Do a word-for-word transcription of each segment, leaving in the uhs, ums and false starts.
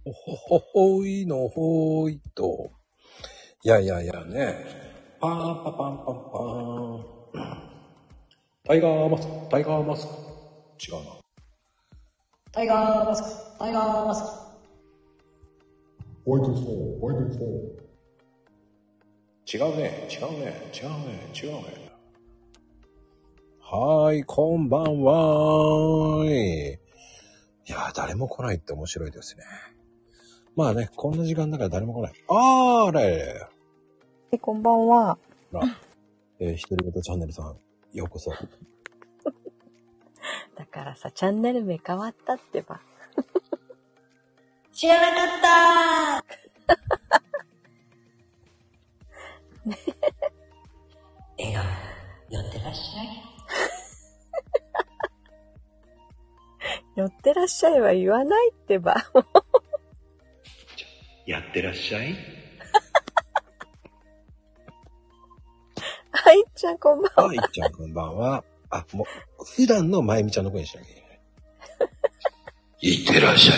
おほほほいのほいと。いやいやいやね。パーパパンパンパーン。タイガーマスク、タイガーマスク。違うな。 タイガーマスク、タイガーマスク。 ホワイトソー、ホワイトソー。 違うね、違うね、違うね、違うね。はーい、こんばんはーい。いやー、誰も来ないって面白いですね。まあね、こんな時間だから誰も来ない。あーれえ、こんばんは。 ら、えー、ひとりごとチャンネルさん、ようこそ。 だからさ、チャンネル名変わったってば。 知らなかったーねえ。笑顔、寄ってらっしゃい。 寄ってらっしゃいは言わないってば。 やってらっしゃい。 はい、ちゃんこんばんは。 はい、ちゃんこんばんは。あ、もう、普段のまゆみちゃんの声にしなきゃいけない。いってらっしゃい。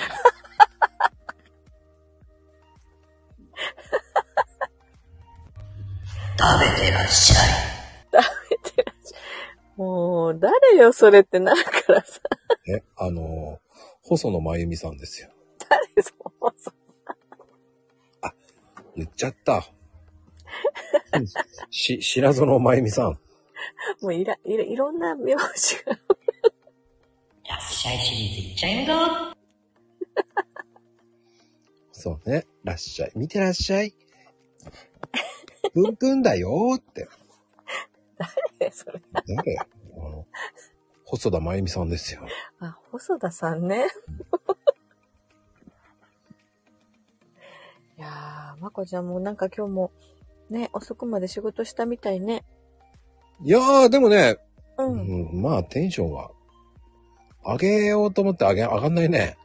食べてらっしゃい。 食べてらっしゃい。もう、誰よそれってなるからさ。 え、あの、細野まゆみさんですよ。 誰そもそも。 あ、言っちゃった。し、白園まゆみさん。 もういら、いら、いろんな名字が。 らっしゃいシリーズいっちゃいなぞ。 そうね。らっしゃい。見てらっしゃい。ぷんぷんだよーって。 誰それ。 誰？あの、細田まゆみさんですよ。 あ、細田さんね。いやー、まこちゃんもなんか今日もね、遅くまで仕事したみたいね。 いやー、でもね、 うん。 うん、まあテンションは、上げようと思って上げ、上がんないね。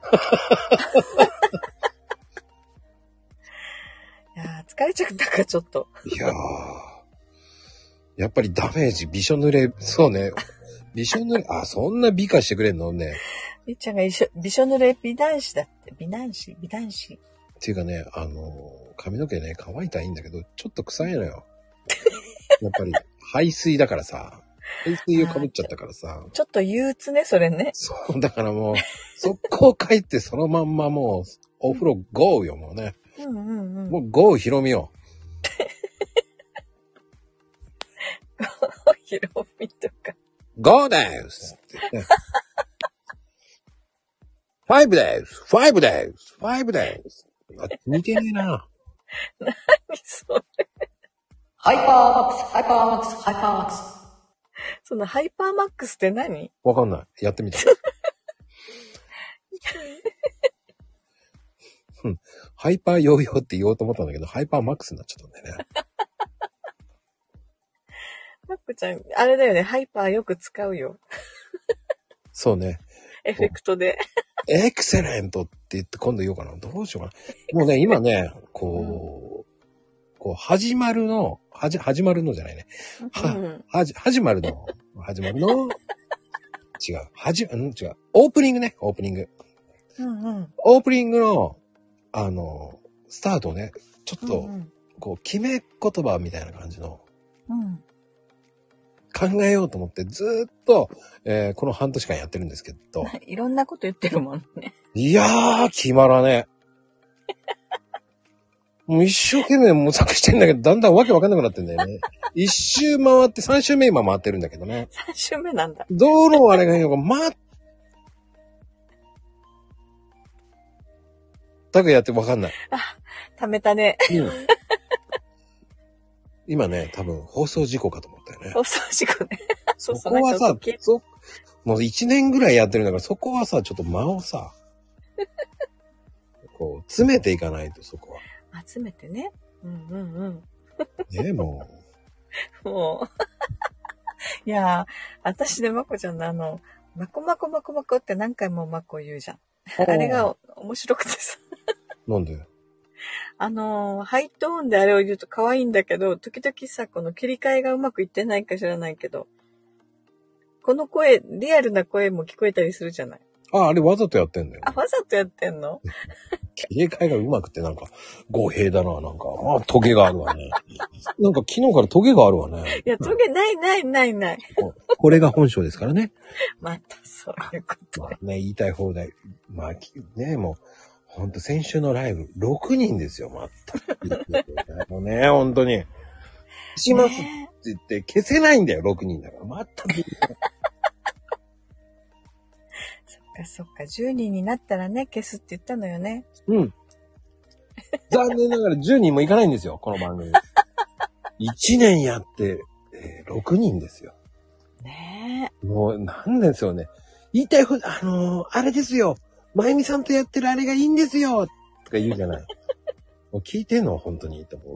いやー、疲れちゃったか、ちょっと。 いやー、やっぱりダメージ、びしょ濡れ、そうね。びしょ濡れ、あ、そんな美化してくれんのね。 みっちゃんが一緒、びしょ濡れ美男子だって。美男子美男子。 っていうかね、あの、髪の毛ね、乾いたらいいんだけど、ちょっと臭いのよ。やっぱり、排水だからさ。排水をかぶっちゃったからさ。 ちょっと憂鬱ね、それね。 そう、だからもう、速攻帰ってそのまんまもう、お風呂ゴーよ、もうね。 うんうんうん。 もうゴーひろみよ。 ひろみとか。 ゴーですって言って。ファイブです。ファイブです。ファイブです。あ、似てねえな。 何それ。 ハイパーマックス、ハイパーマックス、ハイパーマックス。 そのハイパーマックスって何？ わかんない。やってみた。うん。ハイパーヨーヨーって言おうと思ったんだけど、ハイパーマックスになっちゃったんだよね。 マックちゃん、あれだよね、ハイパーよく使うよ。 そうね。 エフェクトで。 エクセレントって言って今度言おうかな。どうしようかな。もうね、今ね、こう、こう、始まるの、はじ、始まるのじゃないね。は、 うん、 はじ、始まるの、始まるの、違う。はじ、うん、違う。オープニングね、オープニング。 うんうん。 オープニングの、あの、スタートをね、ちょっと、 うんうん、 こう、決め言葉みたいな感じの、 うん、 考えようと思ってずーっと、えーこの半年間やってるんですけど。 いろんなこと言ってるもんね。 いやー、決まらねえ。もう一生懸命模索してんだけど、だんだんわけわかんなくなってんだよね。一周回って三周目今回ってるんだけどね。 さん週目なんだ。 どのあれがいいのか、まったくやってわかんない。 貯めたね。 うん。今ね、多分放送事故かと思ったよね。 放送事故ね。 そこはさ、そ、もう一年ぐらいやってるんだから、そこはさ、ちょっと間をさ、こう、詰めていかないと、そこは。 集めてね。うんうんうん。 ねえ、もう。もう。いやー、私でまこちゃんのあの、まこまこまこまこって何回もまこ言うじゃん。あれが面白くてさ。 なんで？ あのー、ハイトーンであれを言うと可愛いんだけど、時々さ、この切り替えがうまくいってないか知らないけど、この声、リアルな声も聞こえたりするじゃない。 あ、あれわざとやってんだよ。 あ、わざとやってんの？ 切り替えがうまくてなんか、語弊だな、なんか。あ、トゲがあるわね。なんか昨日からトゲがあるわね。 いや、トゲないないないない。 これが本性ですからね。 またそういうことまあね、言いたい放題。まあ、ね、もう、ほんと先週のライブ、ろくにんですよ、また。もうね、ほんとに。しますって言って消せないんだよ、ろくにんだから。また。 そっかそっか、じゅうにんになったらね、消すって言ったのよね。 うん。残念ながらじゅうにんもいかないんですよ、この番組。いちねんやって、えー、ろくにんですよ。 ねえ。もう、なんですよね。言いたいふ、あのー、あれですよ。まゆみさんとやってるあれがいいんですよとか言うじゃない。もう聞いてんのは本当にいいと思う。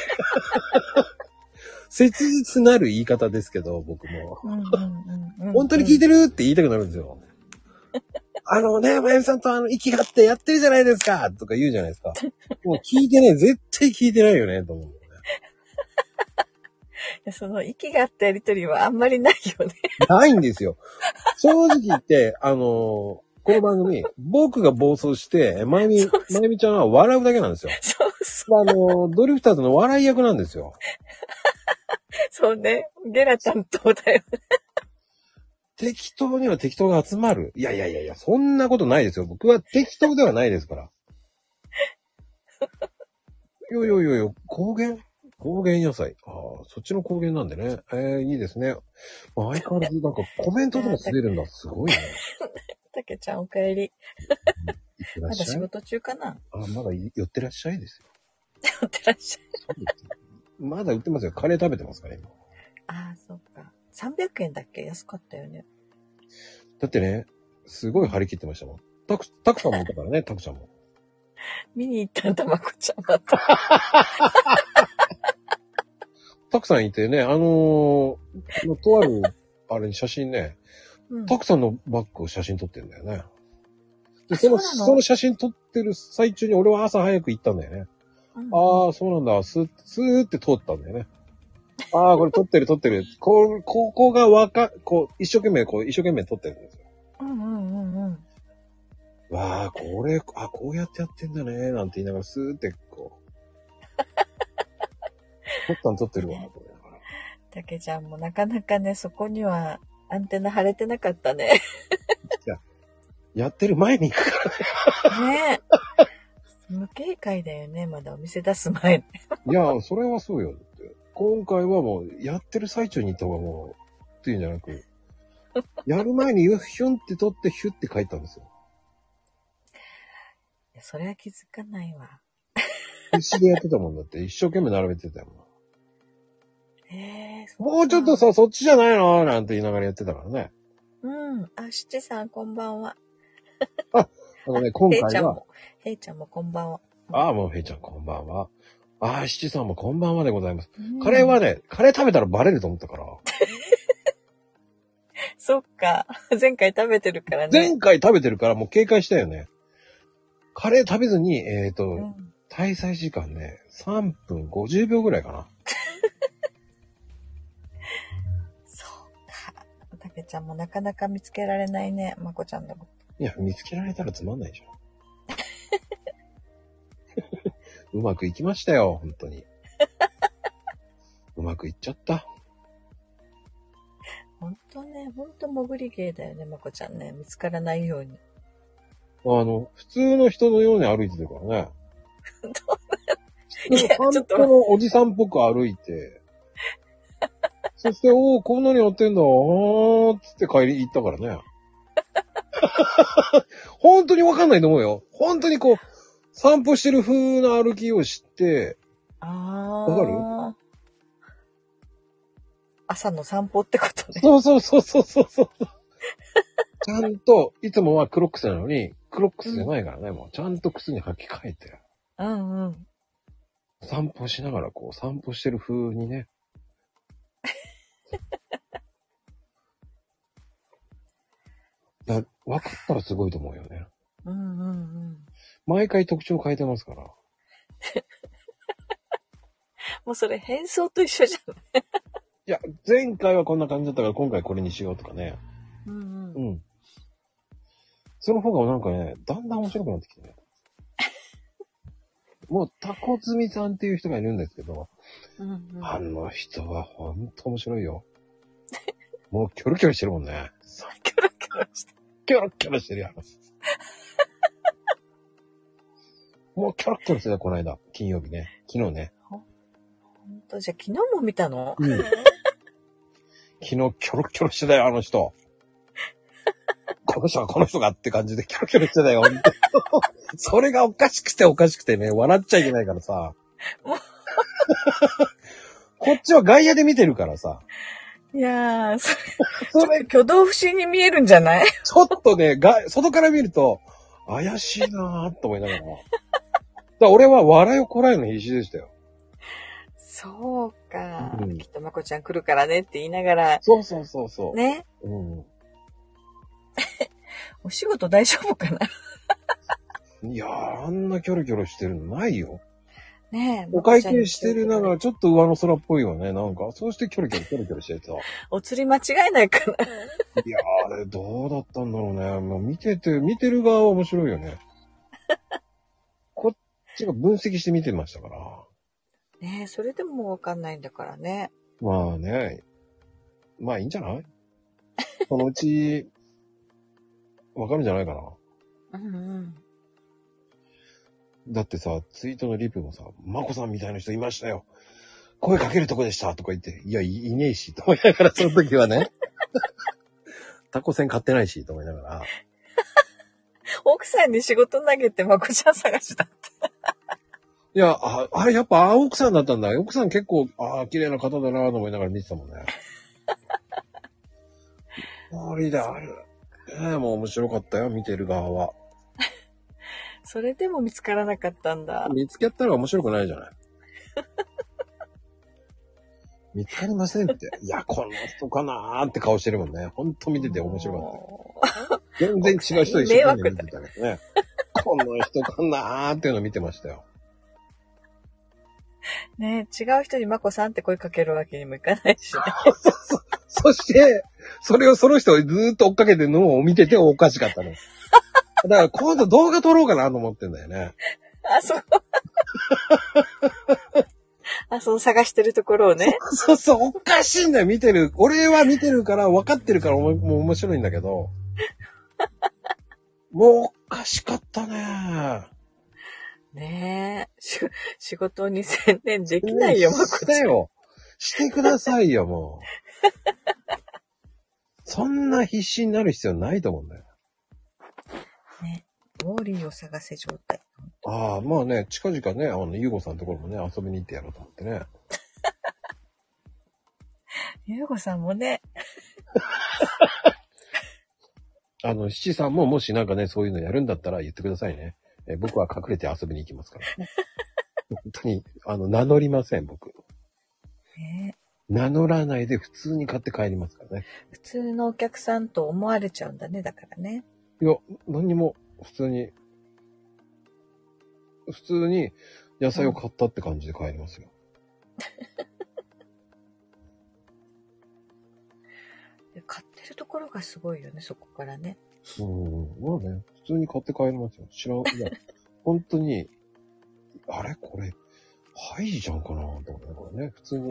切実なる言い方ですけど、僕も。 うんうんうんうん、 本当に聞いてるって言いたくなるんですよ。あのね、まゆみさんとあの、息があってやってるじゃないですかとか言うじゃないですか。もう聞いてね、絶対聞いてないよね、と思う、ね。 いや、その息があったやりとりはあんまりないよね。 ないんですよ。正直言って、あのー、この番組、僕が暴走して、まゆみ、まゆみちゃんは笑うだけなんですよ。 そうそう。 あのー、ドリフターズの笑い役なんですよ。 そうね。ゲラ担当だよね。 適当には適当が集まる。いやいやいやいや、そんなことないですよ。僕は適当ではないですから。いやいやいやいや、高原高原野菜。ああ、そっちの高原なんでね。えー、いいですね。まあ、相変わらずなんかコメントでも滑るんだ。すごいね。たけちゃんお帰り。まだ仕い事中かな。 あ、まだ寄ってらっしゃいですよ。 寄ってらっしゃい。 そうですよ。まだ売ってますよ。カレー食べてますから、今。 ああ、そうか。さんびゃくえんだっけ？安かったよね。 だってね、すごい張り切ってましたもん。たく、たくさんもいたからね、たくちゃんも。 見に行ったんだ、まこちゃんまた。 たくさんいてね、あのー、とある、あれに写真ね、うん、たくさんのバッグを写真撮ってるんだよね。で、その、その写真撮ってる最中に俺は朝早く行ったんだよね。うん、ああ、そうなんだ。スー、スーって通ったんだよね。ああ、これ撮ってる撮ってる。こう、ここがわか、こう、一生懸命、こう、一生懸命撮ってるんですよ。 うんうんうんうん。 わあ、これ、あ、こうやってやってんだね、なんて言いながら、スーって、こう。撮ったん撮ってるわ、と思いながら。 たけちゃんもなかなかね、そこにはアンテナ張れてなかったね。 いや、やってる前に行くからね。 ねえ。無警戒だよね、まだお店出す前。 いや、それはそうよ。今回はもう、やってる最中に行った方がもう、っていうんじゃなく、やる前にヒュンって撮ってヒュって書いたんですよ。 いや、それは気づかないわ。 必死でやってたもんだって、一生懸命並べてたよ。 へえー、 もうちょっとさ、そっちじゃないのなんて言いながらやってたからね。 うん。あ、七さんこんばんは。 あ、あのね、今回は。 へいちゃんも、へいちゃんもこんばんは。 ああ、もうへいちゃんこんばんは。ああ、七さんもこんばんはでございます。うん、カレーはね、カレー食べたらバレると思ったから。 そっか。前回食べてるからね。 前回食べてるからもう警戒したよね。カレー食べずに、えっと、うん、滞在時間ね、さんぷんごじゅうびょうぐらいかな。 そうか。たけちゃんもなかなか見つけられないね、まこちゃんのこと。 いや、見つけられたらつまんないじゃん。うまくいきましたよ、本当に。うまくいっちゃった。 本当ね、本当潜り芸だよね、まこちゃんね。見つからないように。 あの、普通の人のように歩いてるからね。普通の散歩のおじさんっぽく歩いて。そして、おお、こんなにやってんだ、ーっつって帰り行ったからね。本当にわかんないと思うよ。本当にこう、散歩してる風な歩きをして、 ああ。わかる？ 朝の散歩ってことね。 そうそうそうそうそうそう。ちゃんと、いつもはクロックスなのに、クロックスじゃないからね、うん、もうちゃんと靴に履き替えて。 うんうん。 散歩しながらこう、散歩してる風にね。だ分かったらすごいと思うよね。 うんうんうん。 毎回特徴変えてますから。 もうそれ変装と一緒じゃん。 いや、前回はこんな感じだったから今回これにしようとかね。 うんうん。 うん。その方がなんかね、だんだん面白くなってきてね。 もうタコズミさんっていう人がいるんですけど、 うんうん、 あの人はほんと面白いよ。もうキョロキョロしてるもんね。 キョロキョロして。 キョロキョロしてるやん。もうキョロキョロしてた、この間。金曜日ね。昨日ね。 ほんと、じゃあ昨日も見たの？ うん。昨日キョロキョロしてたよ、あの人。この人がこの人がって感じでキョロキョロしてたよ。それがおかしくておかしくてね、笑っちゃいけないからさ。こっちは外野で見てるからさ。 いやー、それ、 それ挙動不審に見えるんじゃない？ ちょっとね、が、外から見ると、怪しいなーって思いながら。だから俺は笑いをこらえるの必死でしたよ。 そうか、 うん。 きっとまこちゃん来るからねって言いながら。 そうそうそうそう。 ね。 うん。 お仕事大丈夫かな？ いやー、あんなキョロキョロしてるのないよ。 ねえ。 お会計してるながらちょっと上の空っぽいよね。なんか、そうしてキョロキョロキョロキョロしてさ。 お釣り間違いないかな？ いやー、あれどうだったんだろうね。もう見てて、見てる側は面白いよね。こっちが分析して見てましたから。 ねえ、それでもわかんないんだからね。 まあね。まあいいんじゃない？そのうち、わかるんじゃないかな。 うんうん。 だってさ、ツイートのリプもさ、マコさんみたいな人いましたよ。声かけるとこでしたとか言って、いや、い, いねえし、と思いながら、その時はね。タコ船買ってないし、と思いながら。 奥さんに仕事投げてまこちゃん探しだって。 いや、あ、あやっぱ、あ、奥さんだったんだ。奥さん結構、あ綺麗な方だなと思いながら見てたもんね。あれだ、あれ。ええ、もう面白かったよ、見てる側は。 それでも見つからなかったんだ。 見つけたら面白くないじゃない。見つかりませんって。いや、この人かなーって顔してるもんね。ほんと見てて面白かった。全然違う人一生懸命見てたけどね。この人かなーっていうのを見てましたよ。 ねえ、違う人にまこさんって声かけるわけにもいかないしね。 そ, そ, そして、それをその人をずーっと追っかけてるのを見てておかしかったの。だから今度動画撮ろうかなと思ってんだよね。 あ、そう。あ、その探してるところをね。 そうそう、おかしいんだよ、見てる。俺は見てるから分かってるからもう面白いんだけど。もうおかしかったね。 ねえ、し、仕事に専念できないよ、まこちゃん。してよ。してくださいよ、もう。そんな必死になる必要ないと思うんだよ。 ね。ウォーリーを探せ状態。 ああ、まあね、近々ね、あの、ゆうごさんのところもね、遊びに行ってやろうと思ってね。 ゆうごさんもね。 あの、七さんももしなんかね、そういうのやるんだったら言ってくださいね。え僕は隠れて遊びに行きますから。本当に、あの、名乗りません、僕。 ね、 名乗らないで普通に買って帰りますからね。 普通のお客さんと思われちゃうんだね、だからね。 いや、何にも、普通に、普通に野菜を買ったって感じで帰りますよ。 で買ってるところがすごいよね、そこからね。 うん、まあね、普通に買って帰りますよ。知らん、いや、本当に、あれこれ、ハイジャンかなと思って、これね、普通に。 もう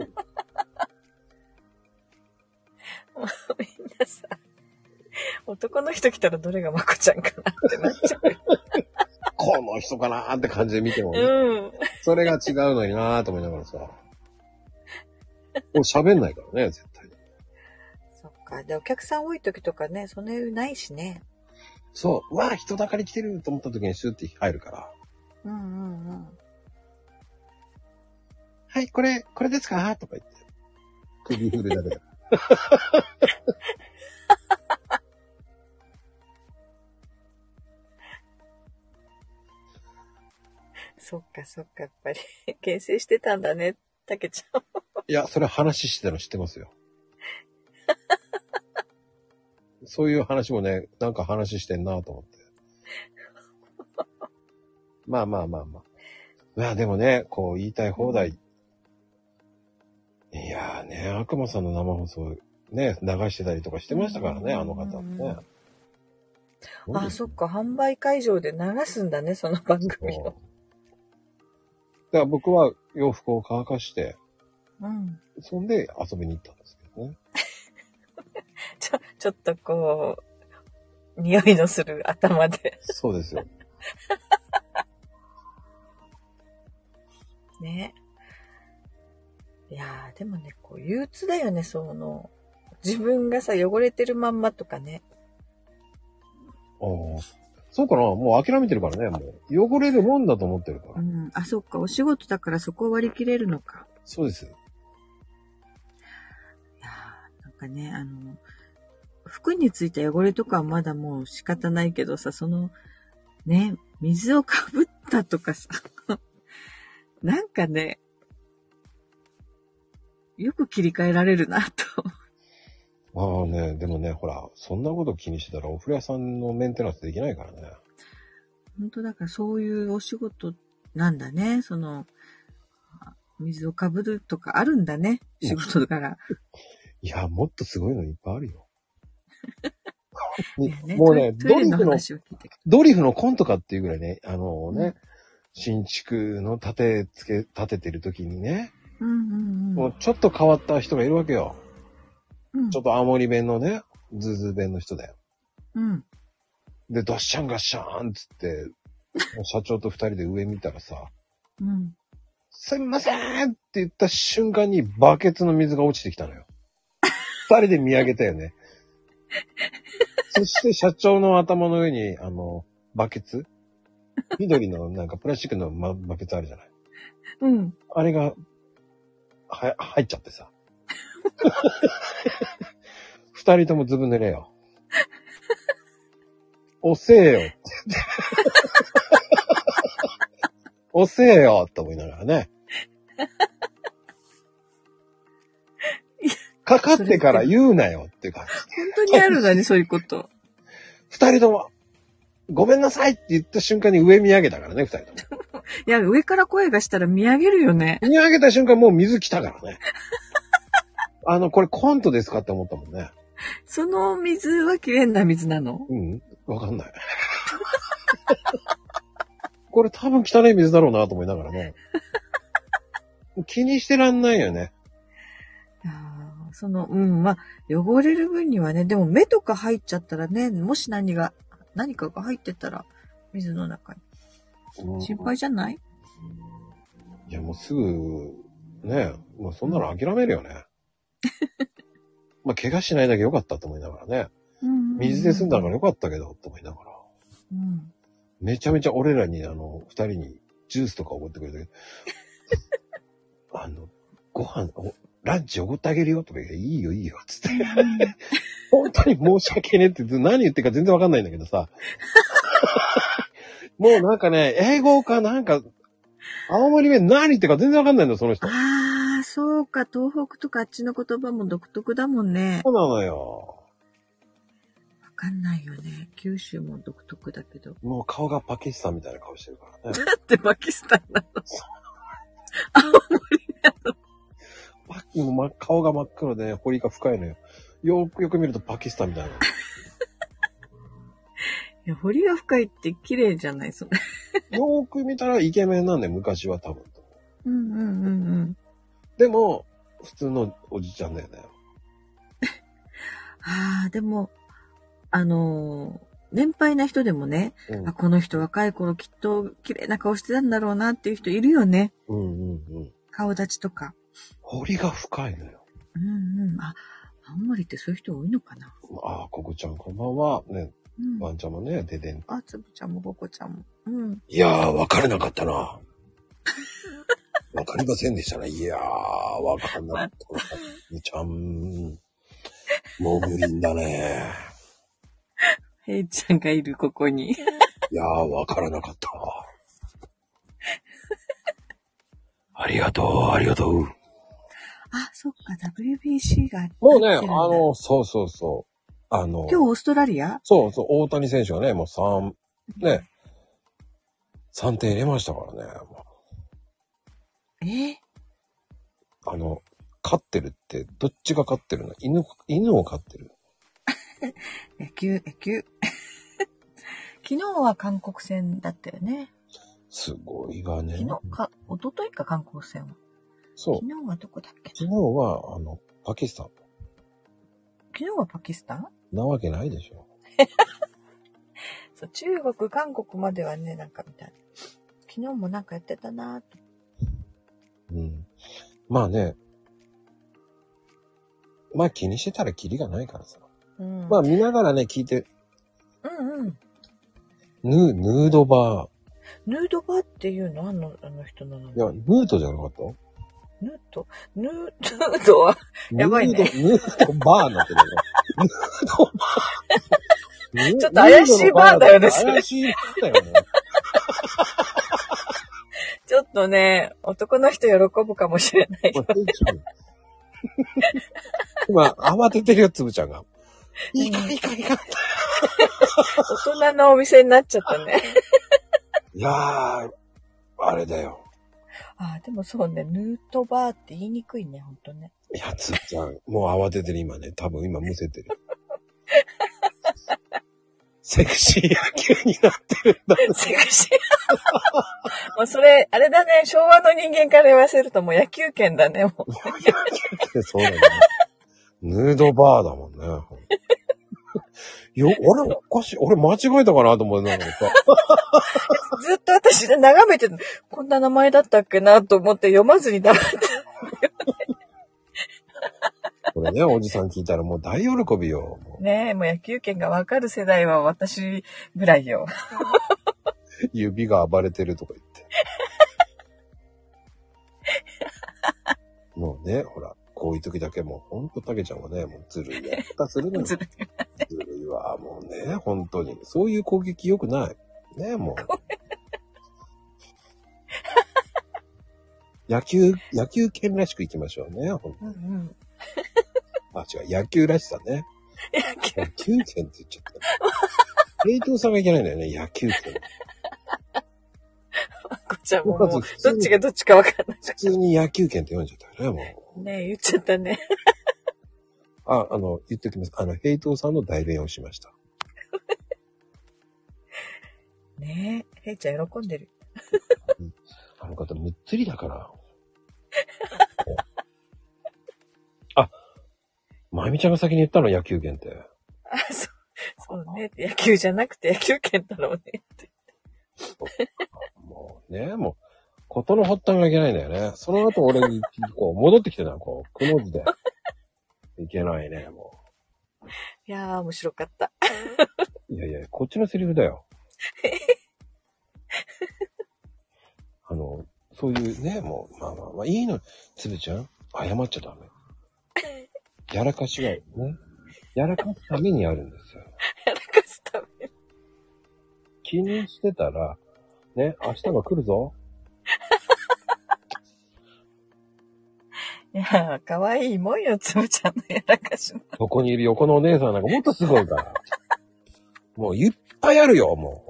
みんなさ、男の人来たらどれがまこちゃんかなってなっちゃうよ。 この人かなって感じで見てもね。 うん。 それが違うのになぁと思いながらさ。もう喋んないからね、絶対に。 そっか。で、お客さん多い時とかね、そんな余裕ないしね。 そう。わあ、人だかり来てると思った時にシュッて入るから。 うんうんうん。 はい、これ、これですかとか言って。首振るだけだ。 そっかそっか、やっぱり、牽制してたんだね、たけちゃん。 いや、それ話してたの知ってますよ。そういう話もね、なんか話してんなと思って。まあまあまあまあ。まあでもね、こう言いたい放題。いやーね、悪魔さんの生放送ね、流してたりとかしてましたからね、あの方ね。 あ、そっか、販売会場で流すんだね、その番組を。 から僕は洋服を乾かして、 うん。 そんで遊びに行ったんですけどね。 ちょ、ちょっとこう、匂いのする頭で。 そうですよ。 ね。いやー、でもね、こう、憂鬱だよね、その、自分がさ、汚れてるまんまとかね。 ああ。そうかな、もう諦めてるからね、もう。汚れるもんだと思ってるから。 うん。あ、そっか、お仕事だからそこを割り切れるのか。 そうです。 いやー、なんかね、あの、服についた汚れとかはまだもう仕方ないけどさ、その、ね、水をかぶったとかさ、なんかね、よく切り替えられるなと。 まあね、でもね、ほら、そんなこと気にしてたらお風呂屋さんのメンテナンスできないからね。 本当だからそういうお仕事なんだね。その、水をかぶるとかあるんだね。仕事だから。 いや、もっとすごいのいっぱいあるよ。 ね、 もうね、 トイレのドリフの、 話を聞いてドリフのコントかっていうぐらいね、あのね、 うん、 新築の建て付け、建ててる時にね、 うんうんうん、 もうちょっと変わった人がいるわけよ。 うん、 ちょっと青森弁のね、ズーズー弁の人だよ。 うん。 で、ドッシャンガッシャーンっつって、社長と二人で上見たらさ、 うん、 すいませんって言った瞬間にバケツの水が落ちてきたのよ。二人で見上げたよね。そして社長の頭の上に、あの、バケツ緑のなんかプラスチックの、ま、バケツあるじゃない。 うん。 あれが、は、入っちゃってさ。二人ともずぶ濡れよ。遅えよって言って。遅えよって思いながらね。かかってから言うなよっていう感じ。 本当にあるんだね、そういうこと。 二人とも、ごめんなさいって言った瞬間に上見上げたからね、二人とも。 いや、上から声がしたら見上げるよね。 見上げた瞬間もう水来たからね。あの、これコントですかって思ったもんね。 その水は綺麗な水なの？ うん、わかんない。これ多分汚い水だろうなと思いながらね。気にしてらんないよね。 あその、うん、まあ、汚れる分にはね、でも目とか入っちゃったらね、もし何が、何かが入ってたら、水の中に。心配じゃない？ いや、もうすぐ、ね、もうそんなの諦めるよね。まあ、怪我しないだけよかったと思いながらね。 うんうんうん、 水で済んだからよかったけど、と思いながら。 うん、 めちゃめちゃ俺らに、あの、二人にジュースとかおごってくれたけど、あの、ご飯、ランチおごってあげるよとか言って、いいよいいよ、つって。本当に申し訳ねえって何言ってるか全然わかんないんだけどさ。もうなんかね、英語かなんか、青森弁何言ってるか全然わかんないんだよ、その人。 ああ、そうか、東北とかあっちの言葉も独特だもんね。 そうなのよ。 わかんないよね。九州も独特だけど。 もう顔がパキスタンみたいな顔してるからね。 だってパキスタンなの。青森なの。 パキも顔が真っ黒で、ね、彫りが深いのよ。よくよく見るとパキスタンみたいな。 いや、彫りが深いって綺麗じゃないそれ。 よーく見たらイケメンなんだよ、昔は多分。 うんうんうんうん。 でも、普通のおじちゃんだよね。 ああ、でも、あのー、年配な人でもね、うん、あ、この人若い頃きっと綺麗な顔してたんだろうなっていう人いるよね。 うんうんうん。 顔立ちとか。 彫りが深いのよ。 うんうん。あ、青森ってそういう人多いのかな。 ああ、ココちゃんこんばんは。ね、うん、ワンちゃんもね、ででん。 あ、つぶちゃんもココちゃんも。うん。 いやー、わからなかったな。わかりませんでしたね。いやー、わかんなかったな。みちゃん、もう無理だね。 ヘイちゃんがいる、ここに。 いやー、わからなかった。ありがとう、ありがとう。 あ、そっか、ダブリュービーシー が。 もうね、あの、そうそうそう。あの、 今日オーストラリア？ そうそう、大谷選手がね、もうさん、ね、さんてん入れましたからね。 えー、 あの、勝ってるって、どっちが勝ってるの？犬、犬を飼ってる。 野球、野球。昨日は韓国戦だったよね。 すすごいわね。 昨日か、一昨日か観光船は。 そう。 昨日はどこだっけ？ 昨日は、あの、パキスタン。 昨日はパキスタン？ なわけないでしょ。 そう、中国、韓国まではね、なんかみたい。昨日もなんかやってたなぁと。 うん。まあね。まあ気にしてたらキリがないからさ。 うん、 まあ見ながらね、聞いて。 うんうん。 ヌ、ヌードバー。 ヌードバーっていうのあの、あの人の名前。 いや、ヌートじゃなかったヌート、ヌー、ヌードは、やばいね。 ヌード、ヌードバーになってるよね。ヌードバー。 ちょっと怪しいバーだよね、それ。 怪しいバーだよね。 ちょっとね、男の人喜ぶかもしれないよ。 今、慌ててるよ、つぶちゃんが。いいか、いいか、いいか。 大人のお店になっちゃったね。 いやー、あれだよ。 ああ、でもそうね、ヌートバーって言いにくいね、ほんとね。 いや、つぶちゃん、もう慌ててる今ね。多分今むせてる。セクシー野球になってるんだ、ね。 セクシー。もうそれ、あれだね、昭和の人間から言わせるともう野球拳だね、もう。 そうだね。ヌードバーだもんね。よ、俺おかしい。俺間違えたかなと思いながらさ。 ずっと私で眺めてた。こんな名前だったっけなと思って読まずに黙ってた。 これね、おじさん聞いたらもう大喜びよ。もねえ、もう野球拳がわかる世代は私ぐらいよ。 指が暴れてるとか言って。もうね、ほら、こういう時だけもうほんとたけちゃんはね、もうずるいやったするのよ。ずるいわ、もうね、本当に。そういう攻撃良くない。ね、もう。野球、野球拳らしくいきましょうね、ほんとに。うんうん、あ、違う、野球らしさね。野球拳って言っちゃった。ヘイトさんがいけないんだよね、野球拳。 こっちはもう、どっちがどっちかわかんない。 普通に野球拳って読んじゃったよね、もう。ねえ、言っちゃったね。 あ、あの、言っておきます。あの、ヘイトさんの代弁をしました。 ねえ、ヘイちゃん喜んでる。 あの方、むっつりだから。あ、まゆみちゃんが先に言ったの、野球拳って。 あ、そう、そうね。野球じゃなくて野球拳だろうねって。 もうね、もう、ことの発端がいけないんだよね。その後俺に、こう、戻ってきてたの、こう、くの字で。いけないね、もう。いやー、面白かった。 いやいや、こっちのセリフだよ。あの、そういうね、もう、まあまあまあ、いいの。つぶちゃん、謝っちゃダメ。やらかしはね、やらかすためにやるんですよ。 やらかすために。 気にしてたら、ね、明日が来るぞ。 いや、かわいいもんよ、つぶちゃんのやらかしの。 ここにいる横のお姉さんなんかもっとすごいから。もういっぱいあるよ、も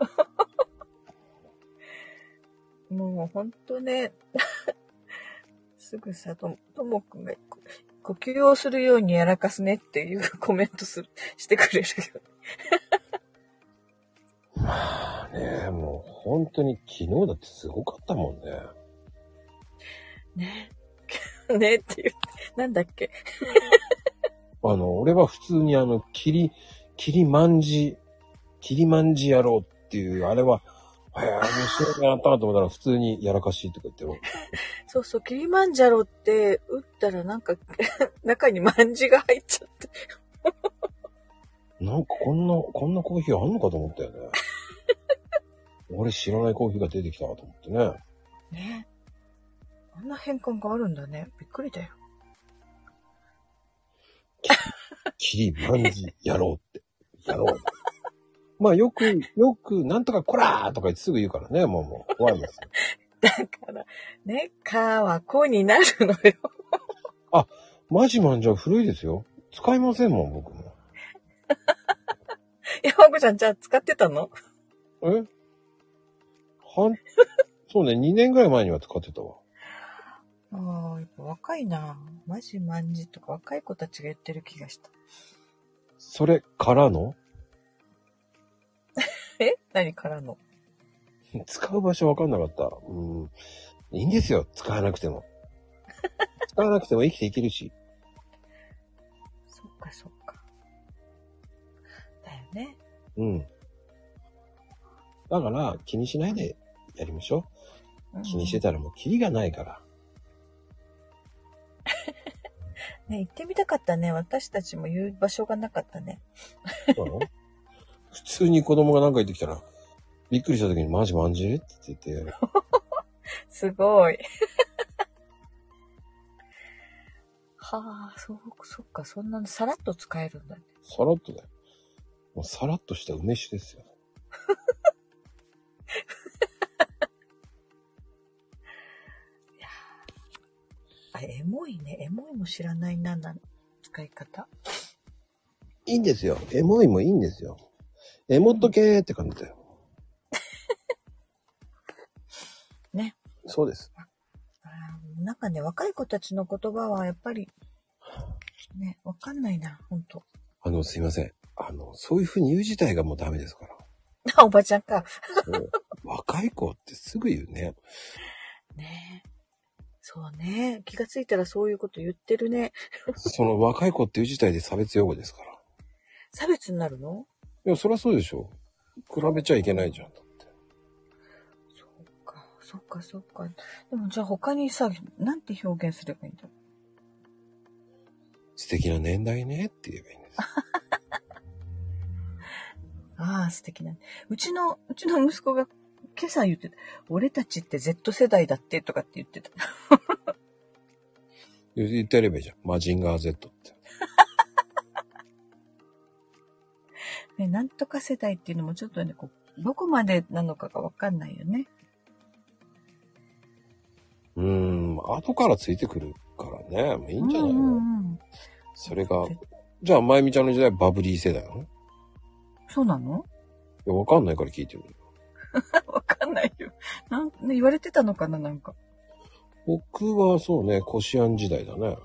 う。もうほんとね、すぐさ、と、ともくんが呼吸をするようにやらかすねっていうコメントする、してくれるよ。 まあね、もう本当に昨日だってすごかったもんね。 ね。ねって言って、なんだっけ。 あの、俺は普通にあの、キリ、キリマンジ、キリマンジ野郎っていう、あれは、へぇ、面白いなったなと思ったら普通にやらかしいとか言ってる。 そうそう、キリマンジャロって打ったらなんか、中にマンジが入っちゃって。 なんかこんな、こんなコーヒーあんのかと思ったよね。俺知らないコーヒーが出てきたと思ってね。 ね。あんな変換があるんだね。びっくりだよ。 キリマンジやろうって。やろう。まあよく、よく、なんとかこらーとか言ってすぐ言うからね、もうもう怖いですよ。 だから、ね、かはこになるのよ。 あ、マジマンジは古いですよ。使いませんもん、僕も。 山子ちゃん、じゃあ使ってたの？ えはん、そうね、にねんぐらい前には使ってたわ。 ああ、やっぱ若いな。マジマンジとか若い子たちが言ってる気がした。 それからのえ？何からの？ 使う場所わかんなかった。うん。いいんですよ。使わなくても。使わなくても生きていけるし。 そっかそっか。だよね。 うん。だから気にしないでやりましょう。うん、気にしてたらもうキリがないから。 ね、行ってみたかったね。私たちも言う場所がなかったね。 そうなの？普通に子供が何か言ってきたら、びっくりした時にマジマンジって言ってて。 すごい。はあ、そう、そっか、そんなのさらっと使えるんだね。 さらっとだよ。もうさらっとした梅酒ですよ。 いやあ、エモいね。エモいも知らないな、な使い方。 いいんですよ。エモいもいいんですよ。エモっとけーって感じだよ。 ね。 そうです。 なんかね、若い子たちの言葉はやっぱり、ね、わかんないな、ほんと。 あの、すいません。あの、そういう風に言う自体がもうダメですから。 あ、おばちゃんか。 そう若い子ってすぐ言うね。 ねえ。そうね。気がついたらそういうこと言ってるね。 その若い子っていう自体で差別用語ですから。 差別になるの？ いや、そりゃそうでしょ。比べちゃいけないじゃん。だって。 そうか、そっか、そっか。でもじゃあ他にさ、なんて表現すればいいんだろう。 素敵な年代ねって言えばいいんです。 ああ、素敵な。うちの、うちの息子が今朝言ってた。俺たちって Z 世代だってとかって言ってた。 言ってやればいいじゃん。マジンガー Z って。 ね、なんとか世代っていうのもちょっとね、こうどこまでなのかがわかんないよね。 うーん、後からついてくるからね。もういいんじゃないの、うんうん、それが、じゃあ、まゆみちゃんの時代バブリー世代なの？ そうなの？ いや、わかんないから聞いてる。 わかんないよ。なん、ね、言われてたのかな、なんか。 僕はそうね、コシアン時代だね。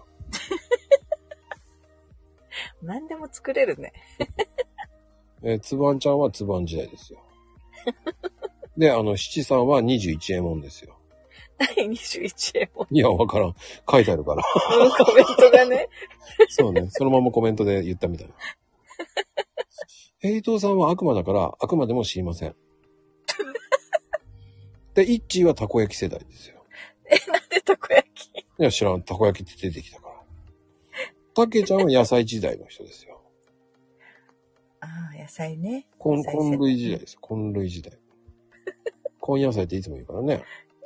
何でも作れるね。 えー、つばんちゃんはつばん時代ですよ。で、あの、七さんはにじゅういちえもんですよ。 何にじゅういちえもん？ いや、わからん。書いてあるから。 コメントがね。 そうね。そのままコメントで言ったみたいな。ヘイトーさんは悪魔だから、あくまでも知りません。で、イッチーはたこ焼き世代ですよ。 え、なんでたこ焼き？いや、知らん。たこ焼きって出てきたから。たけちゃんは野菜時代の人ですよ。 ああ、野菜ね。 根、根類時代ですよ。根類時代。根野菜っていつも言うからね。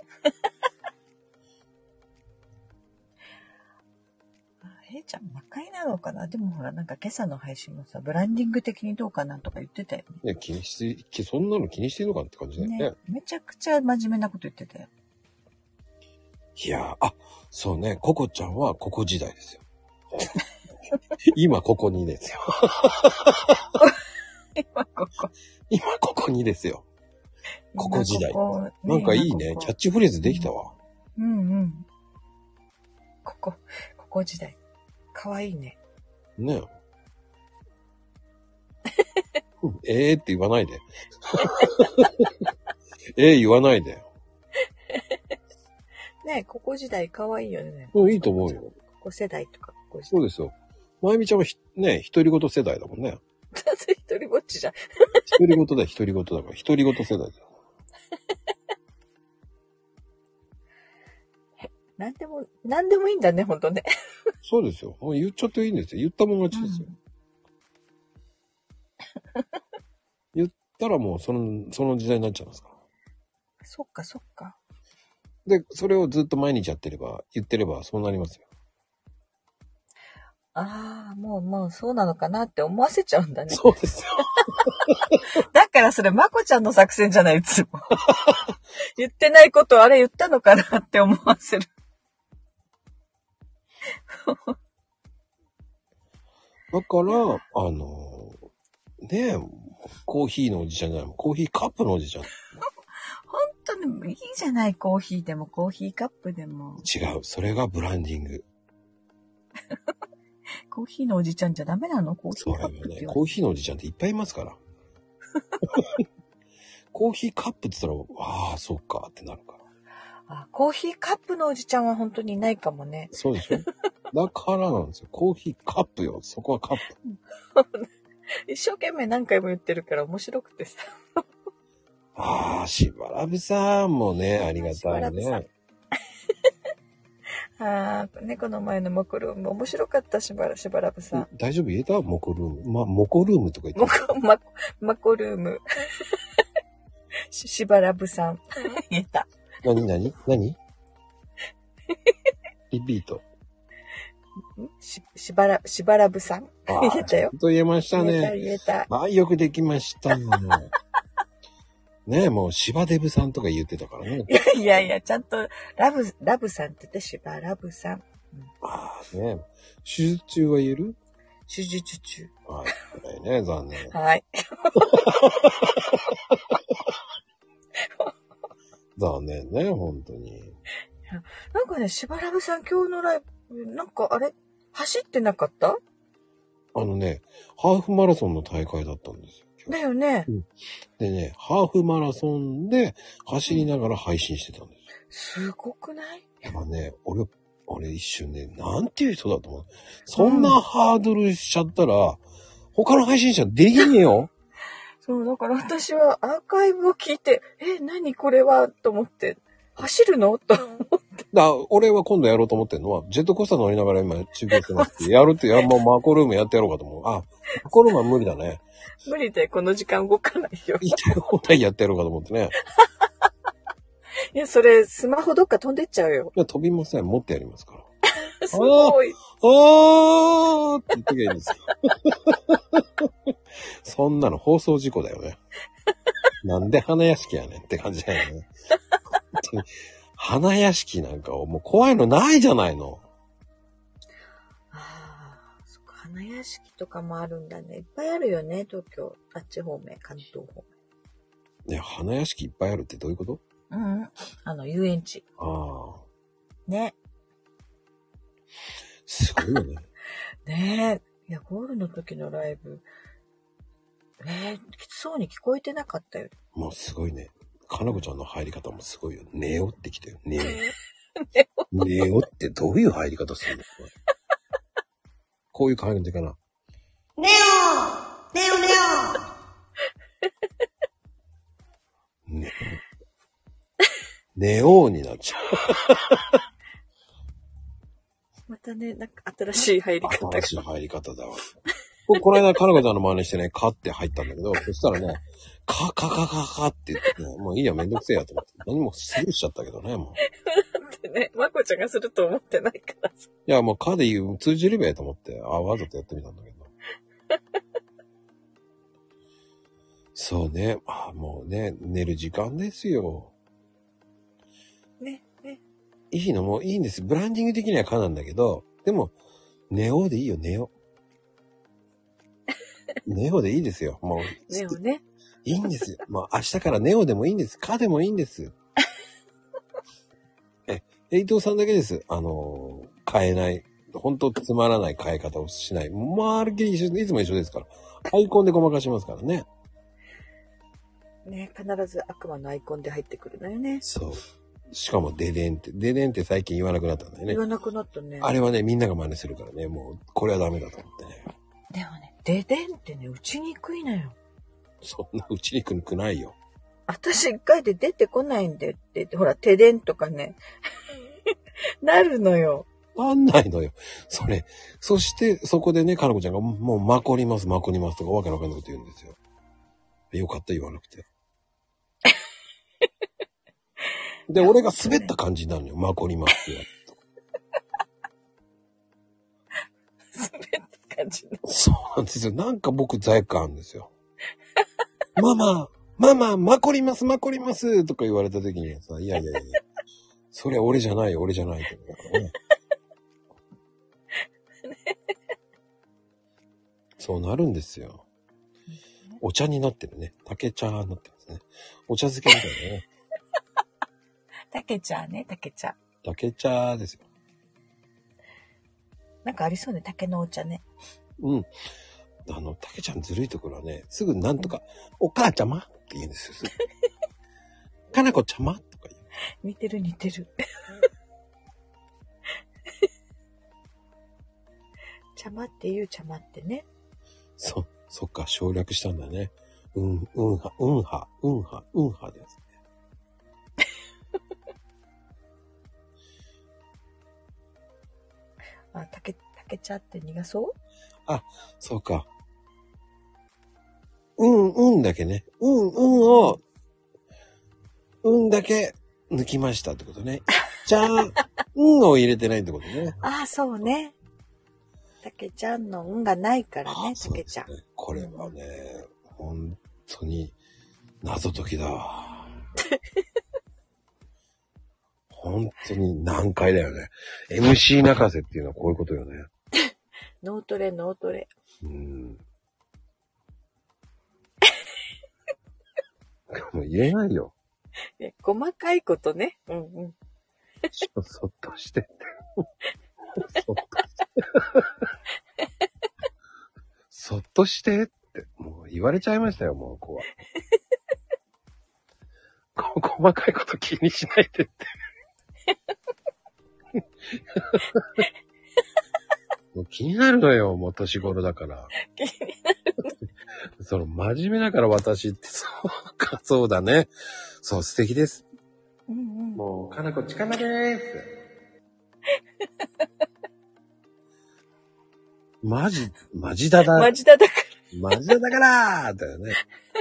へいちゃん、魔界なのかな？でもほら、なんか今朝の配信もさ、ブランディング的にどうかなとか言ってたよね。 いや、気にして、そんなの気にしてるのかって感じだよね。ね、 めちゃくちゃ真面目なこと言ってたよ。 いやー、あ、そうね、ココちゃんはココ時代ですよ。今ここにですよ。 今ここ。 今ここにですよ。ここ時代。ここね、なんかいいね。ここキャッチフレーズできたわ。 うん、うんうんここ、ここ時代。かわいいね。 ねえ。ええって言わないで。ええ言わないで。 ねえ、ここ時代かわいいよね。 うん、いいと思うよ。 ここ世代とか、ここ時代。 そうですよ。まゆみちゃんはひ、ね、独り言世代だもんね。 独りぼっちじゃん。 独り言だよ、独り言だから。独り言世代だよ。 なんでも、なんでもいいんだね、ほんとね。 そうですよ。もう言っちゃっていいんですよ。言ったもん勝ちですよ。うん、言ったらもうその、その時代になっちゃいますから。 そっか、そっか。 で、それをずっと毎日やってれば、言ってればそうなりますよ。 ああ、もうもうそうなのかなって思わせちゃうんだね。 そうですよ。 だからそれ、まこちゃんの作戦じゃない、いつも。言ってないことあれ言ったのかなって思わせる。 だから、あの、ねえ、コーヒーのおじちゃんじゃない、コーヒーカップのおじちゃん。 本当にいいじゃない、コーヒーでもコーヒーカップでも。 違う、それがブランディング。 コーヒーのおじちゃんじゃダメなの？コーヒーカップって、 ね、コーヒーのおじちゃんっていっぱいいますから。 コーヒーカップって言ったら、ああ、そっかってなるから。 あ、コーヒーカップのおじちゃんは本当にいないかもね。 そうでしょだからなんですよ。コーヒーカップよ。そこはカップ。 一生懸命何回も言ってるから面白くてさ。 ああ、しばらぶさんもね、ありがたいね。 ああ、ね、この前のモコルーム面白かった、しばら、しばらぶさん。 大丈夫言えたモコルーム。ま、モコルームとか言ってモコ、ま、マコルーム。し、しばらぶさん。言えた。 なになになにリピート。 し、しばら、しばらぶさん。言えたよ。 と言えましたね。 言えた、言えた。 ああ、よくできました。ねえ、もう、しばデブさんとか言ってたからね。 いやいやいや、ちゃんと、ラブ、ラブさんって言って、しばらぶさん。うん、 ああ、ね手術中は言える？ 手術中。 はい。ね、残念。 はい。 残念ね、本当に。 なんかね、しばらぶさん今日のライブ、なんかあれ走ってなかった？ あのね、ハーフマラソンの大会だったんですよ。 だよね、 うん。でね、ハーフマラソンで走りながら配信してたんですよ。すごくない？ やっぱね、俺、俺一瞬ね、なんていう人だと思う。そんなハードルしちゃったら、うん、他の配信者できねえよ。 そう、だから私はアーカイブを聞いて、え、何これはと思って、走るのと思って。 だ俺は今度やろうと思ってるのは、ジェットコースター乗りながら今中継してますって、やるって、や、もうマコルームやってやろうかと思う。あ、マコルームは無理だね。 無理でこの時間動かないよ。 言いたい放題やってやろうかと思ってね。 いや、それ、スマホどっか飛んでっちゃうよ。 いや、飛びません。持ってやりますから。 すごい。 あーって言ってきゃいいんですよ。そんなの放送事故だよね。なんで花屋敷やねんって感じだよね。本当に花屋敷なんかをもう怖いのないじゃないの。 ああ、そっか、花屋敷とかもあるんだね。いっぱいあるよね、東京。あっち方面、関東方面。ね、花屋敷いっぱいあるってどういうこと？ うん。あの、遊園地。 ああ。 ね。 すごいよね。 ねえ。いや、ゴールの時のライブ、えー、きつそうに聞こえてなかったよ。 もうすごいね。かなこちゃんの入り方もすごいよ。ネオってきてよ。ネオ。ネオってどういう入り方するの？こういう感じかな。 ネオネオネオネオ。ネオになっちゃう。 またね、なんか新しい入り方が。 新しい入り方だわ。この間、かなこちゃんの真似してね、カって入ったんだけど、そしたらね、カカカカカって言ってね、もういいや、めんどくせえやと思って。何もスルーしちゃったけどね、もう。 だってね、まこちゃんがすると思ってないからさ。 いや、もうカで言う、通じればやと思って、あ、わざとやってみたんだけど。そうね、あ、もうね、寝る時間ですよ。 ね、ね。 いいのもういいんです。ブランディング的にはカなんだけど、でも、ネオでいいよ、ネオ。ネオでいいですよ。もう。 ネオね。 いいんですよ。もう明日からネオでもいいんです。カでもいいんです。え、エイトさんだけです。あのー、変えない。本当つまらない変え方をしない。まるっきり一緒、いつも一緒ですから。アイコンでごまかしますからね。 ね、必ず悪魔のアイコンで入ってくるのよね。 そう。しかもデデンって。デデンって最近言わなくなったんだよね。 言わなくなったね。 あれはね、みんなが真似するからね。もう、これはダメだと思ってね。 でもね、デデンってね、打ちにくいのよ。 そんな打ちにくくないよ。 私一回で出てこないんでって、ほら、手電とかね、なるのよ。 なんないのよ。それ。そして、そこでね、かなこちゃんが、もう、まこります、まこりますとか、わけのわかんないこと言うんですよ。よかった言わなくて。で、俺が滑った感じになるのよ。まこりますって言われると。 滑った感じになる。 そうなんですよ。なんか僕罪悪感あるんですよ。ママ、ママ、まこります、まこりますとか言われた時にさ、いやいやいや、それは俺じゃないよ、俺じゃないけど、ね。そうなるんですよ。お茶になってるね。竹茶になってますね。お茶漬けみたいなね。 竹茶ね、竹茶。 竹茶ですよ。 なんかありそうね、竹のお茶ね。 うん。あの、竹ちゃんずるいところはね、すぐなんとか、お母ちゃまって言うんですよ。 かなこちゃまとか言う。 似てる似てる。ちゃまって言うちゃまってね。 そ、そっか、省略したんだね。うん、うんは、うんは、うんは、うんはですね。 あ、たけ、たけちゃって逃がそう？ あ、そうか。うん、うんだけね。うん、うんを、うんだけ抜きましたってことね。じゃあ、うんを入れてないってことね。 ああ、そうね。たけちゃんの運がないからね、たけちゃん。 ね、これはね、本当に謎解きだわ。本当に難解だよね。エムシー 泣かせっていうのはこういうことよね。 脳トレ、脳トレ。 うん。もう言えないよ。 え、細かいことね。うんうん。 そっとしてって。そっとして。そっとしてって、もう言われちゃいましたよ、もう、ここは。細かいこと気にしないでって。もう気になるのよ、もう年頃だから。 気になるの。その、真面目だから私って、そうか、そうだね。そう、素敵です。 うんうん。 もう、かなこちかなでーす。マジ、マジだだ。 マジだだから。 マジだだからだよね。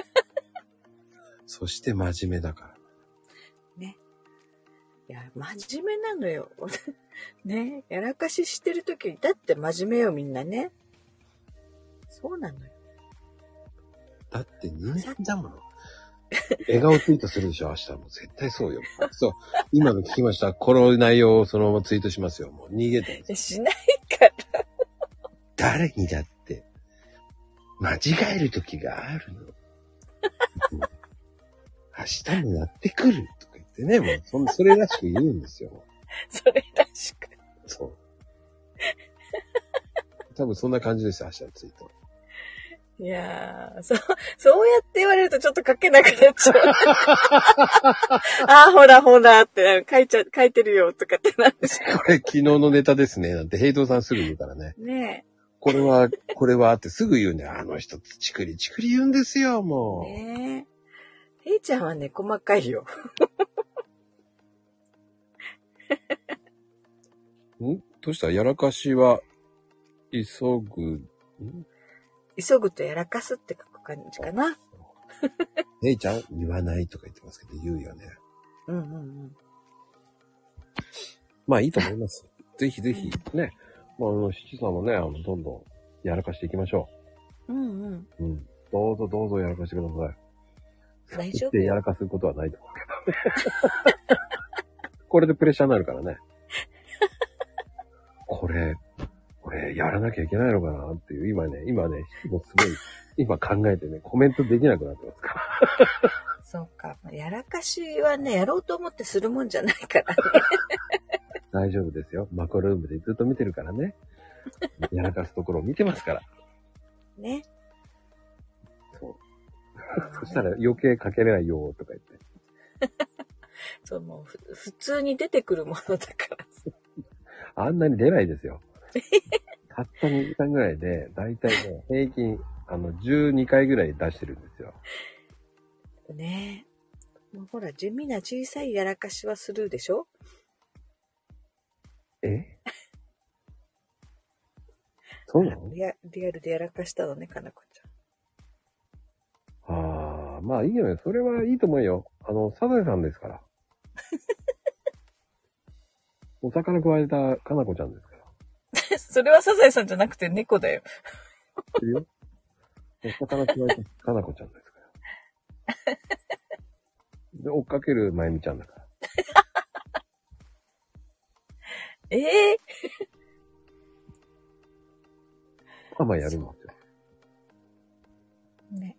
そして真面目だから。 ね。いや、真面目なのよ。ね。やらかししてるとき、だって真面目よ、みんなね。そうなのよ。 だって人間だもの。笑顔ツイートするでしょ、明日も。絶対そうよ。そう。今の聞きました。この内容をそのままツイートしますよ。もう逃げてます。 しないから。 誰にだって、間違える時があるの。明日もやってくるとか言ってね、もうそ、それらしく言うんですよ。 それらしく。 そう。多分そんな感じですよ、明日のツイート。 いやー、そう、そうやって言われるとちょっと書けなくなっちゃう。あー、ほらほらって書いちゃ、書いてるよとかってなるし。 これ昨日のネタですね。なんて平等さんすぐ言うからね。 ねえ。 これは、これはってすぐ言うんだよ。あの人、チクリチクリ言うんですよ、もう。 ねえ。へいちゃんはね、細かいよ。 んどうしたやらかしは、急ぐ、ん急ぐとやらかすって書く感じかな。 姉ちゃん言わないとか言ってますけど、言うよね。 うんうんうん。 まあいいと思います。ぜひぜひ、ね。まあ、あの、七さんもね、あの、どんどんやらかしていきましょうんうん。 う。うん。どうぞどうぞやらかしてください。 大丈夫でやらかすことはないと思うけどね。これでプレッシャーになるからね。これ、これやらなきゃいけないのかなっていう、今ね、今ね、もうすごい、今考えてね、コメントできなくなってますから。 そうか。やらかしはね、やろうと思ってするもんじゃないからね。 大丈夫ですよ。マコルームでずっと見てるからね。やらかすところを見てますから。 ね。 そう。そしたら余計かけれないよとか言って。 そう、もうふ普通に出てくるものだから。 あんなに出ないですよ。たったにじかんぐらいで、だいたいね、平均、あの、じゅうにかいぐらい出してるんですよ。 ねえ。もうほら、地味な小さいやらかしはするでしょ？ えそうなの？ リアリアルでやらかしたのね、かなこちああ、まあいいよね。それはいいと思うよ。あの、サザエさんですから。お魚加えたかなこちゃんですから。 ゃん。それはサザエさんじゃなくて猫だよ。 いるよ。お魚加えたかなこちゃんですから。で、追っかけるまゆみちゃんだから。 ええー、 パマやるんですよ。 ね。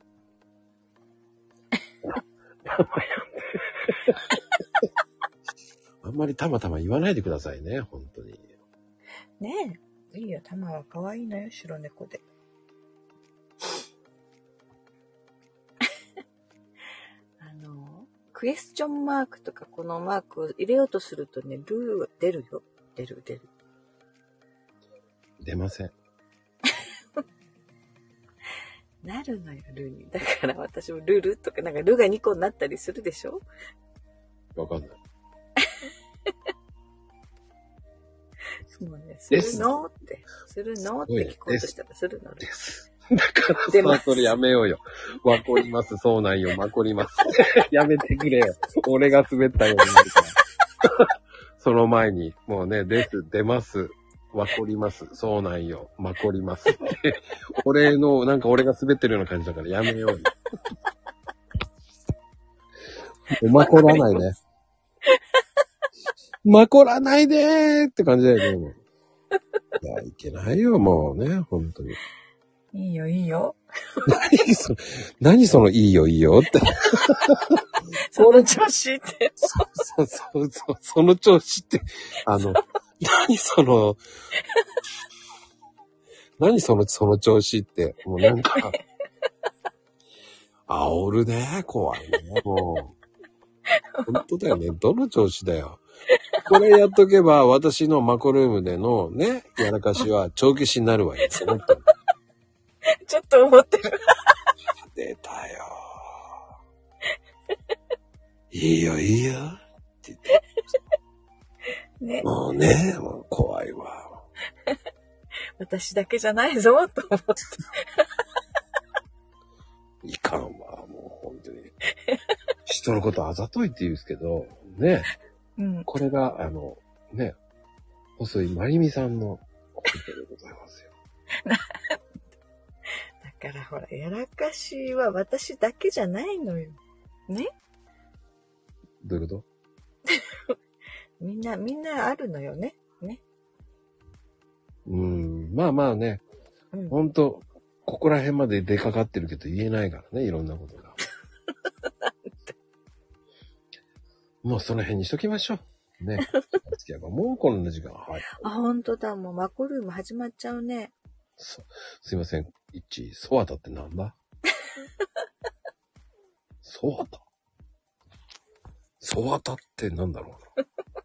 パマやんで。あんまりたまたま言わないでくださいね、本当に。 ねえ。いいよ、タマは可愛いのよ、白猫で。あの、 クエスチョンマークとかこのマークを入れようとするとね、ルー出るよ。出る出る。 出ません。 なるのよ、ルに。だから私もルルとかなんかルがにこになったりするでしょ？ わかんない。 そうね、するのって、するのって聞こうとしたらするのです。だからさ、それやめようよ。わかります、そうなんよ、まこります。やめてくれよ。俺が滑ったようになるから。その前に、もうね、です、出ます。わかります。そうなんよ。まこりますって。俺の、なんか俺が滑ってるような感じだからやめようよ。まこらないね。まこらないでーって感じだよね。いや、いけないよ、もうね、本当に。 いいよ、いいよ。 何そ、何そのいいよ、いいよって。 その調子って。 そうそうそうそう、その調子って、あの、何その、何その、その調子って、もうなんか、煽るね、怖いね、もう。本当だよね、どの調子だよ。これやっとけば、私のマコルームでのね、やらかしは帳消しになるわよ。 ちょっと思ってる。 出たよ。いいよ、いいよ。って言って。ね、もうね、もう怖いわ。 私だけじゃないぞ、と思って。 いかんわ、もう本当に。人のことあざといって言うんですけど、ね。うん、これが、あの、ね、細井まゆみさんのことでございますよ。 だからほら、やらかしは私だけじゃないのよ。ね？ どういうこと？ みんな、みんなあるのよね。ね。 うーん、まあまあね、うん、ほんと、ここら辺まで出かかってるけど言えないからね、いろんなことが。もうその辺にしときましょう。ね。もうこんな時間。はい。 あ、ほんとだ。もうマコルーム始まっちゃうね。 そ、すいません。一、ソワタってなんだ？ソワタ？ソワタってなんだろうな。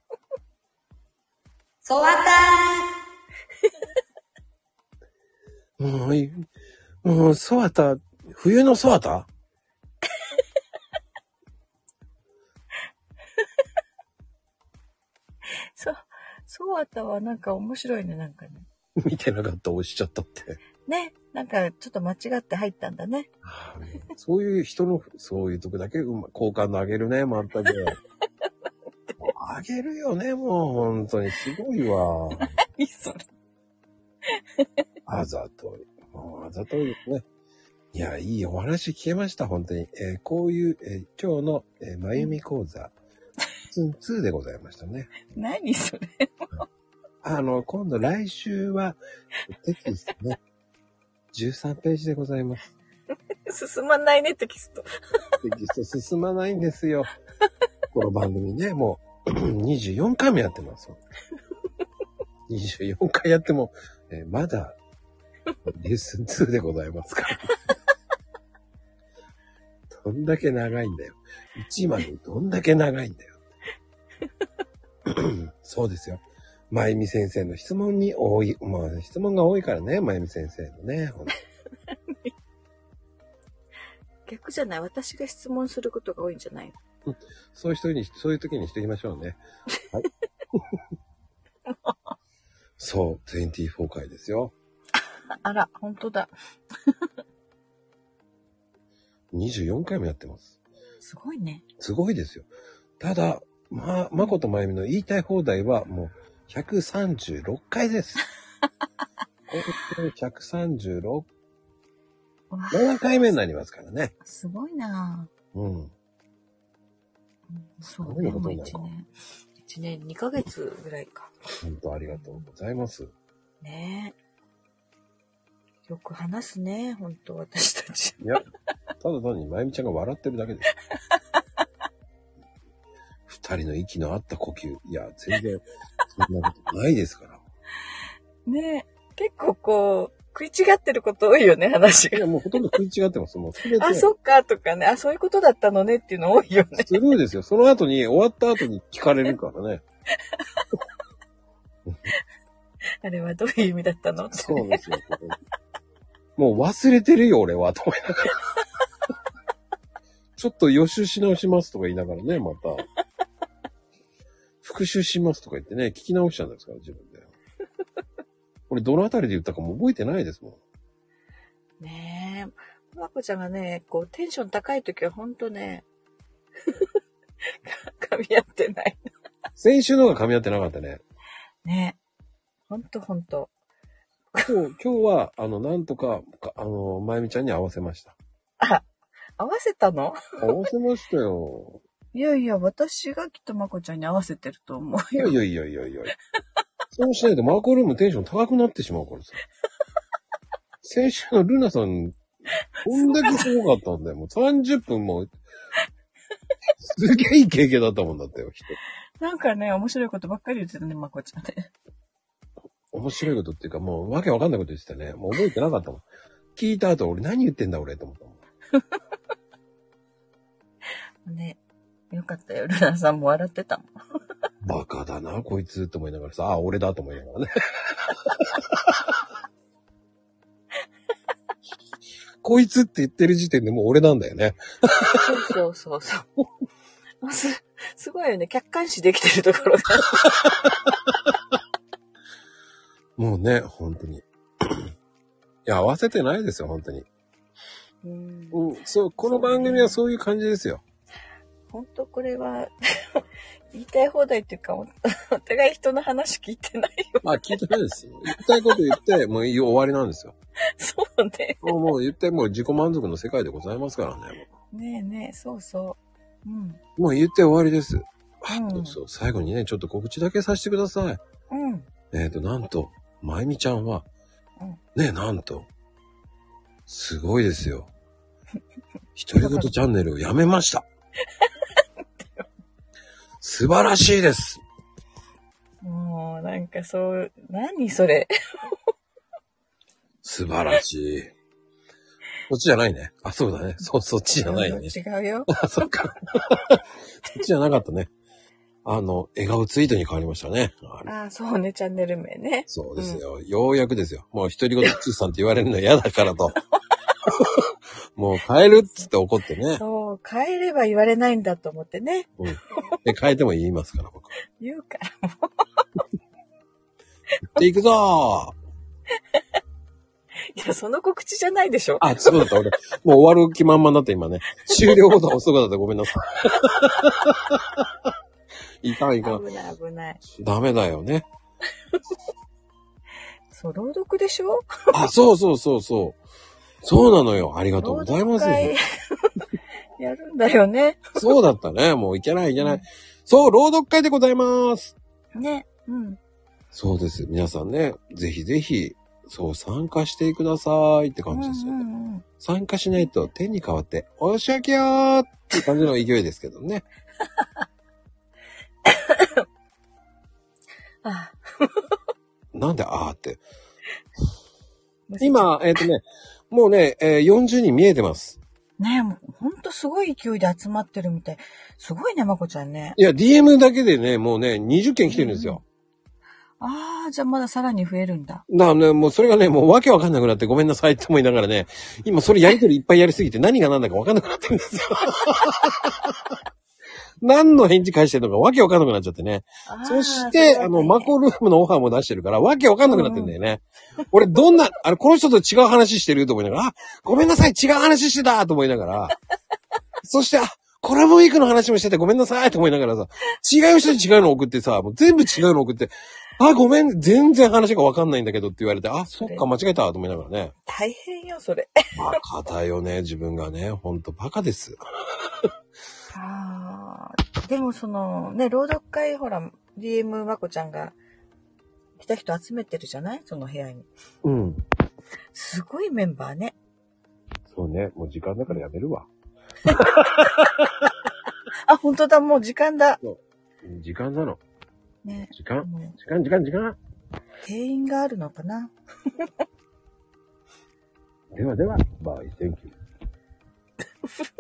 ソワタもういい。もう、ソワタ、冬のソワタ？ そう、ソワタはなんか面白いね、なんかね。 見てなかった、押しちゃったって。 ね、なんかちょっと間違って入ったんだね。 そういう人の、そういうとこだけ、うま、好感度上げるね、まったく。上げるよね、もう、本当に。すごいわ。 何それ。 あざとい。もう、あざといですね。いや、いいお話聞けました、本当に。えー、こういう、えー、今日の、えー、まゆみ講座、にでございましたね。 何それ。 あの、今度来週は、テキストね。じゅうさんページでございます。 進まないね、テキスト。 テキスト進まないんですよ。この番組ね、もうにじゅうよんかいもやってますよ。にじゅうよんかいやっても、えー、まだレッスンにでございますから。どんだけ長いんだよ。いちまでどんだけ長いんだよ。そうですよ。まゆみ先生の質問に多い、まあ質問が多いからね、まゆみ先生のね。 逆じゃない、私が質問することが多いんじゃないの、 うん、そういう人に、そういう時にしていきましょうね。はい。そう、にじゅうよんかいですよ。 あら、本当だ。 にじゅうよんかいもやってます。 すごいね。 すごいですよ。ただ、ま、まことまゆみの言いたい放題はもうひゃくさんじゅうろっかいです。ひゃくさんじゅうろく、ななかいめになりますからね。 すごいなぁ。うん。そうね、もういちねん。いちねんにかげつぐらいか。 本当ありがとうございます。 ねえ。よく話すね、本当私たち。 いや、ただ単にまゆみちゃんが笑ってるだけです。二人の息の合った呼吸。いや、全然、そんなことないですから。 ねえ、結構こ食い違ってること多いよね、話が。 いや、もうほとんど食い違ってます。もうすべて。 あ、そっか、とかね。あ、そういうことだったのねっていうの多いよね。 スルーですよ。その後に、終わった後に聞かれるからね。 あれはどういう意味だったのって、ね。 そうですよ。もう忘れてるよ、俺は。と思いながら。ちょっと予習し直しますとか言いながらね、また。復習しますとか言ってね、聞き直しちゃうんですから、自分で。俺、どのあたりで言ったかも覚えてないですもん。 ねえ。まこちゃんがね、こう、テンション高いときはほんとね、噛み合ってない。 先週のが噛み合ってなかったね。 ねえ。ほんとほんと。 今日、今日は、あの、なんとか、あの、まゆみちゃんに合わせました。 あ、合わせたの？ 合わせましたよ。 いやいや、私がきっとまこちゃんに合わせてると思ういやよ。 いやいやいやいや。そうしないとマコルームテンション高くなってしまうからさ。先週のルナさん、こんだけすごかったんだよ。もうさんじゅっぷんも、すげえいい経験だったもんだったよ、人。 なんかね、面白いことばっかり言ってたね、まこちゃんね。 面白いことっていうか、もうわけわかんないこと言ってたね。もう覚えてなかったもん。聞いた後、俺何言ってんだ俺と思ったもん。 ね、よかったよ。ルナさんも笑ってたもん。 バカだな、こいつって思いながらさ、あ、俺だと思いながらね。こいつって言ってる時点でもう俺なんだよね。 そうそうそうそう。す、すごいよね。客観視できてるところが。 もうね、本当に。いや、合わせてないですよ、本当に。 うん、 うん、そう、この番組はそういう感じですよ。 本当これは、言いたい放題っていうか、お互い人の話聞いてないよ。 あ、聞いてないですよ。言いたいこと言って、もう終わりなんですよ。 そうね。 もうもう言って、もう自己満足の世界でございますからね。 ねえねえ、そうそう。うん。 もう言って終わりです。 うん、 そう、最後にね、ちょっと告知だけさせてください。 うん。 えっと、なんと、まゆみちゃんは、 うん、 ね、なんと、すごいですよ。独り言チャンネルをやめました。素晴らしいです。 もう、なんかそう、何それ。 素晴らしい。そっちじゃないね。あ、そうだね。そ、そっちじゃないね。 違うよ。 あ、そっか。そっちじゃなかったね。あの、笑顔ツイートに変わりましたね。 ああ、そうね、チャンネル名ね。 そうですよ。うん、ようやくですよ。もう独り言つーさんって言われるの嫌だからと。もう変えるっつって怒ってね。 そう、変えれば言われないんだと思ってね。 うん。で、変えても言いますから、僕。 言うからもう。 で、行くぞーいや、その告知じゃないでしょ。 あ、そうだった、俺。もう終わる気満々だった、今ね。終了ボタン遅くだった、ごめんなさい。いかんいかん。 危ない危ない。 ダメだよね。 そう、朗読でしょ。 あ、そうそうそうそう。そうなのよ。ありがとうございます。 やるんだよね。 そうだったね。もういけないいけない。そう、朗読会でございます。 ね。うん。 そうです。皆さんね、ぜひぜひ、そう、参加してくださいって感じですよ、ね。うんうんうん、参加しないと手に変わって、おしゃきゃーって感じの勢いですけどね。 あなんであーって。今、えっとね、もうね、えー、よんじゅうにん見えてます。 ねえ、もうほんとすごい勢いで集まってるみたい。すごいね、まこちゃんね。 いや、ディーエム だけでね、もうね、にじゅっけん来てるんですよ。 うん、ああ、じゃあまださらに増えるんだ。 だからね、もうそれがね、もうわけわかんなくなってごめんなさいって思いながらね、今それやりとりいっぱいやりすぎて何が何だかわかんなくなってるんですよ。何の返事返してるのかわけわかんなくなっちゃってね。そして、あの、マコルームのオファーも出してるから、わけわかんなくなってるんだよね。うん、俺、どんな、あれ、この人と違う話してると思いながら、あ、ごめんなさい、違う話してたと思いながら、そして、あ、コラボウィークの話もしててごめんなさいと思いながらさ、違う人に違うの送ってさ、もう全部違うの送って、あ、ごめん、全然話がわかんないんだけどって言われて、あ、そっか、間違えたと思いながらね。 大変よ、それ。 バカだよね、自分がね。ほんとバカです。 ああ、でもそのね、朗読会ほら ディーエム まこちゃんが来た人集めてるじゃない？その部屋に。 うん。 すごいメンバーね。 そうね、もう時間だからやめるわ。 あ、本当だ、もう時間だ。 そう。時間なの。 ね。 時間、時間、時間、時間。 定員があるのかな。 ではでは、バイ、センキュー。